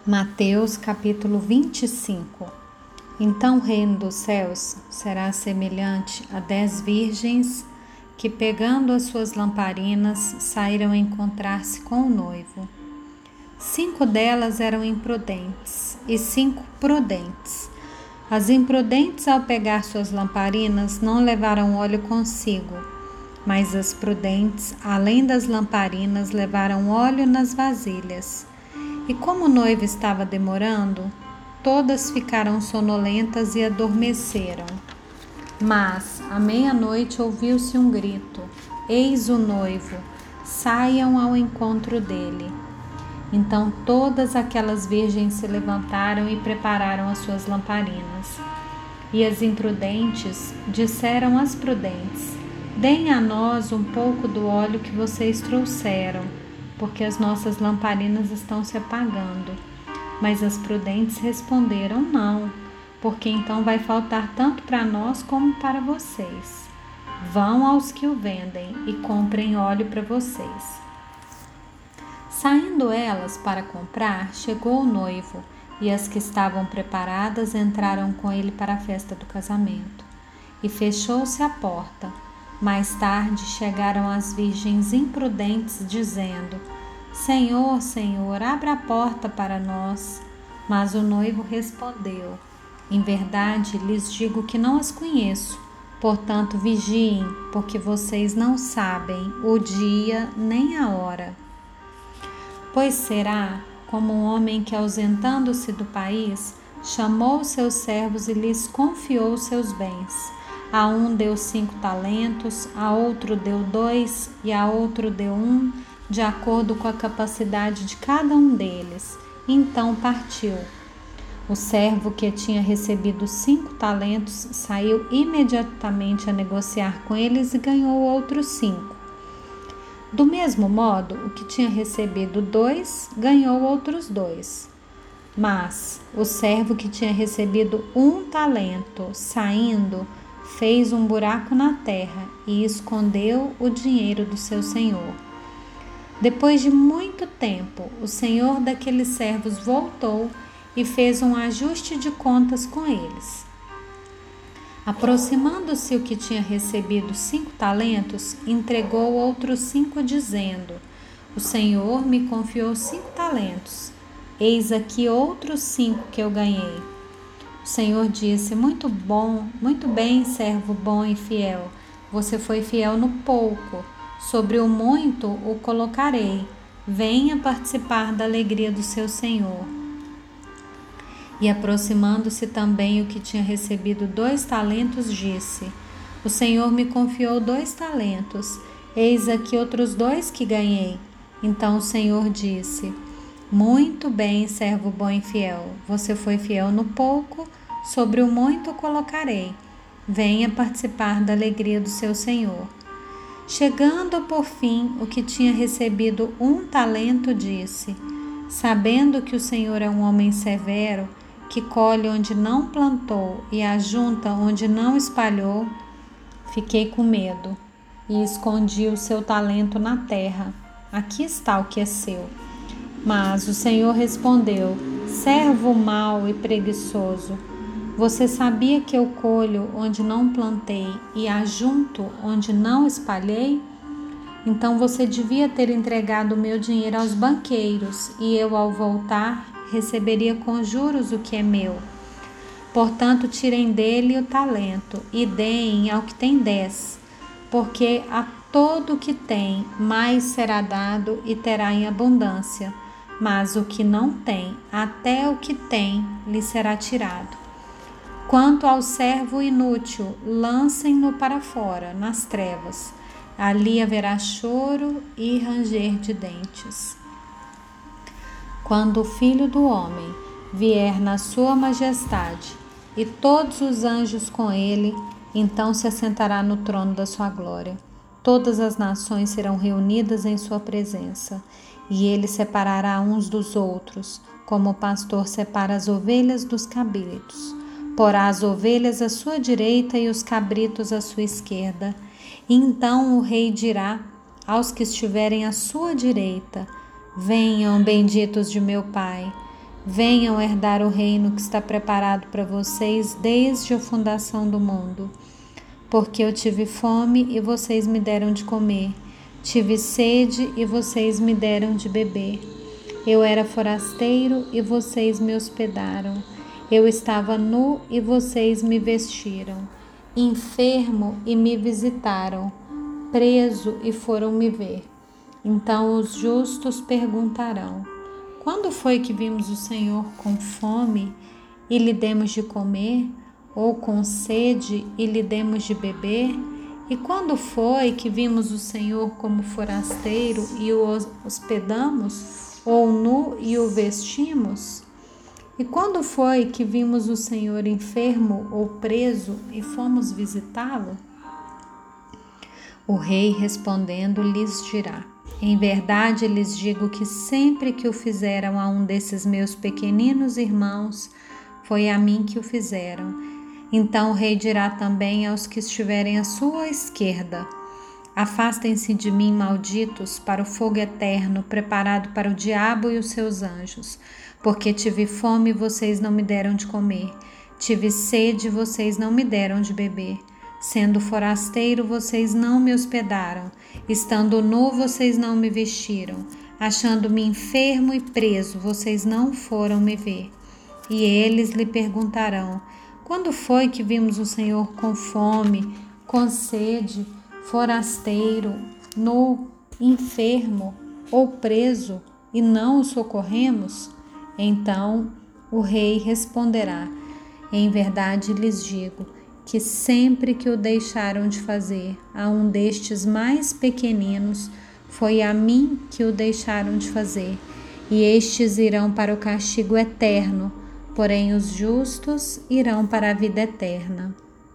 Mateus capítulo 25. Então o reino dos céus será semelhante a 10 virgens que, pegando as suas lamparinas, saíram encontrar-se com o noivo. 5 delas eram imprudentes e 5 prudentes. As imprudentes, ao pegar suas lamparinas, não levaram óleo consigo, mas as prudentes, além das lamparinas, levaram óleo nas vasilhas. E como o noivo estava demorando, todas ficaram sonolentas e adormeceram. Mas, à meia-noite, ouviu-se um grito: Eis o noivo, saiam ao encontro dele. Então todas aquelas virgens se levantaram e prepararam as suas lamparinas. E as imprudentes disseram às prudentes: Deem a nós um pouco do óleo que vocês trouxeram, porque as nossas lamparinas estão se apagando. Mas as prudentes responderam: Não, porque então vai faltar tanto para nós como para vocês. Vão aos que o vendem e comprem óleo para vocês. Saindo elas para comprar, chegou o noivo, e as que estavam preparadas entraram com ele para a festa do casamento. E fechou-se a porta. Mais tarde chegaram as virgens imprudentes, dizendo: Senhor, Senhor, abra a porta para nós. Mas o noivo respondeu: Em verdade lhes digo que não as conheço. Portanto, vigiem, porque vocês não sabem o dia nem a hora. Pois será como um homem que, ausentando-se do país, chamou seus servos e lhes confiou seus bens. A um deu 5 talentos, a outro deu 2 e a outro deu 1, de acordo com a capacidade de cada um deles. Então partiu. O servo que tinha recebido 5 talentos saiu imediatamente a negociar com eles e ganhou outros 5. Do mesmo modo, o que tinha recebido 2 ganhou outros 2. Mas o servo que tinha recebido 1 talento, saindo, fez um buraco na terra e escondeu o dinheiro do seu senhor. Depois de muito tempo, o senhor daqueles servos voltou e fez um ajuste de contas com eles. Aproximando-se o que tinha recebido 5 talentos, entregou outros 5, dizendo: O Senhor me confiou 5 talentos. Eis aqui outros 5 que eu ganhei. O Senhor disse: Muito bem, servo bom e fiel. Você foi fiel no pouco. Sobre o muito o colocarei. Venha participar da alegria do seu Senhor. E aproximando-se também o que tinha recebido 2 talentos, disse: O Senhor me confiou 2 talentos. Eis aqui outros 2 que ganhei. Então o Senhor disse: Muito bem, servo bom e fiel. Você foi fiel no pouco, sobre o muito o colocarei. Venha participar da alegria do seu Senhor. Chegando por fim o que tinha recebido 1 talento, disse: Sabendo que o Senhor é um homem severo, que colhe onde não plantou e ajunta onde não espalhou, fiquei com medo e escondi o seu talento na terra. Aqui está o que é seu. Mas o Senhor respondeu: Servo mau e preguiçoso, você sabia que eu colho onde não plantei e ajunto onde não espalhei? Então você devia ter entregado o meu dinheiro aos banqueiros, e eu, ao voltar, receberia com juros o que é meu. Portanto, tirem dele o talento e deem ao que tem 10, porque a todo o que tem mais será dado e terá em abundância, mas o que não tem, até o que tem lhe será tirado. Quanto ao servo inútil, lancem-no para fora, nas trevas. Ali haverá choro e ranger de dentes. Quando o Filho do Homem vier na sua majestade e todos os anjos com ele, então se assentará no trono da sua glória. Todas as nações serão reunidas em sua presença, e ele separará uns dos outros, como o pastor separa as ovelhas dos cabritos. Porá as ovelhas à sua direita e os cabritos à sua esquerda. E então o rei dirá aos que estiverem à sua direita: Venham, benditos de meu Pai, Venham herdar o reino que está preparado para vocês desde a fundação do mundo. Porque eu tive fome e vocês me deram de comer, tive sede e vocês me deram de beber. Eu era forasteiro e vocês me hospedaram. Eu estava nu e vocês me vestiram. Enfermo e me visitaram. Preso e foram me ver. Então os justos perguntarão: quando foi que vimos o Senhor com fome e lhe demos de comer, ou com sede e lhe demos de beber? E quando foi que vimos o Senhor como forasteiro e o hospedamos, ou nu e o vestimos? E quando foi que vimos o Senhor enfermo ou preso e fomos visitá-lo? O rei respondendo lhes dirá: em verdade lhes digo que sempre que o fizeram a um desses meus pequeninos irmãos, foi a mim que o fizeram. Então o rei dirá também aos que estiverem à sua esquerda: afastem-se de mim, malditos, para o fogo eterno, preparado para o diabo e os seus anjos. Porque tive fome e vocês não me deram de comer, tive sede e vocês não me deram de beber. Sendo forasteiro, vocês não me hospedaram, estando nu, vocês não me vestiram, achando-me enfermo e preso, vocês não foram me ver. E eles lhe perguntarão: quando foi que vimos o Senhor com fome, com sede, forasteiro, nu, enfermo ou preso, e não o socorremos? Então o rei responderá: em verdade lhes digo que sempre que o deixaram de fazer a um destes mais pequeninos, foi a mim que o deixaram de fazer. E estes irão para o castigo eterno, porém os justos irão para a vida eterna.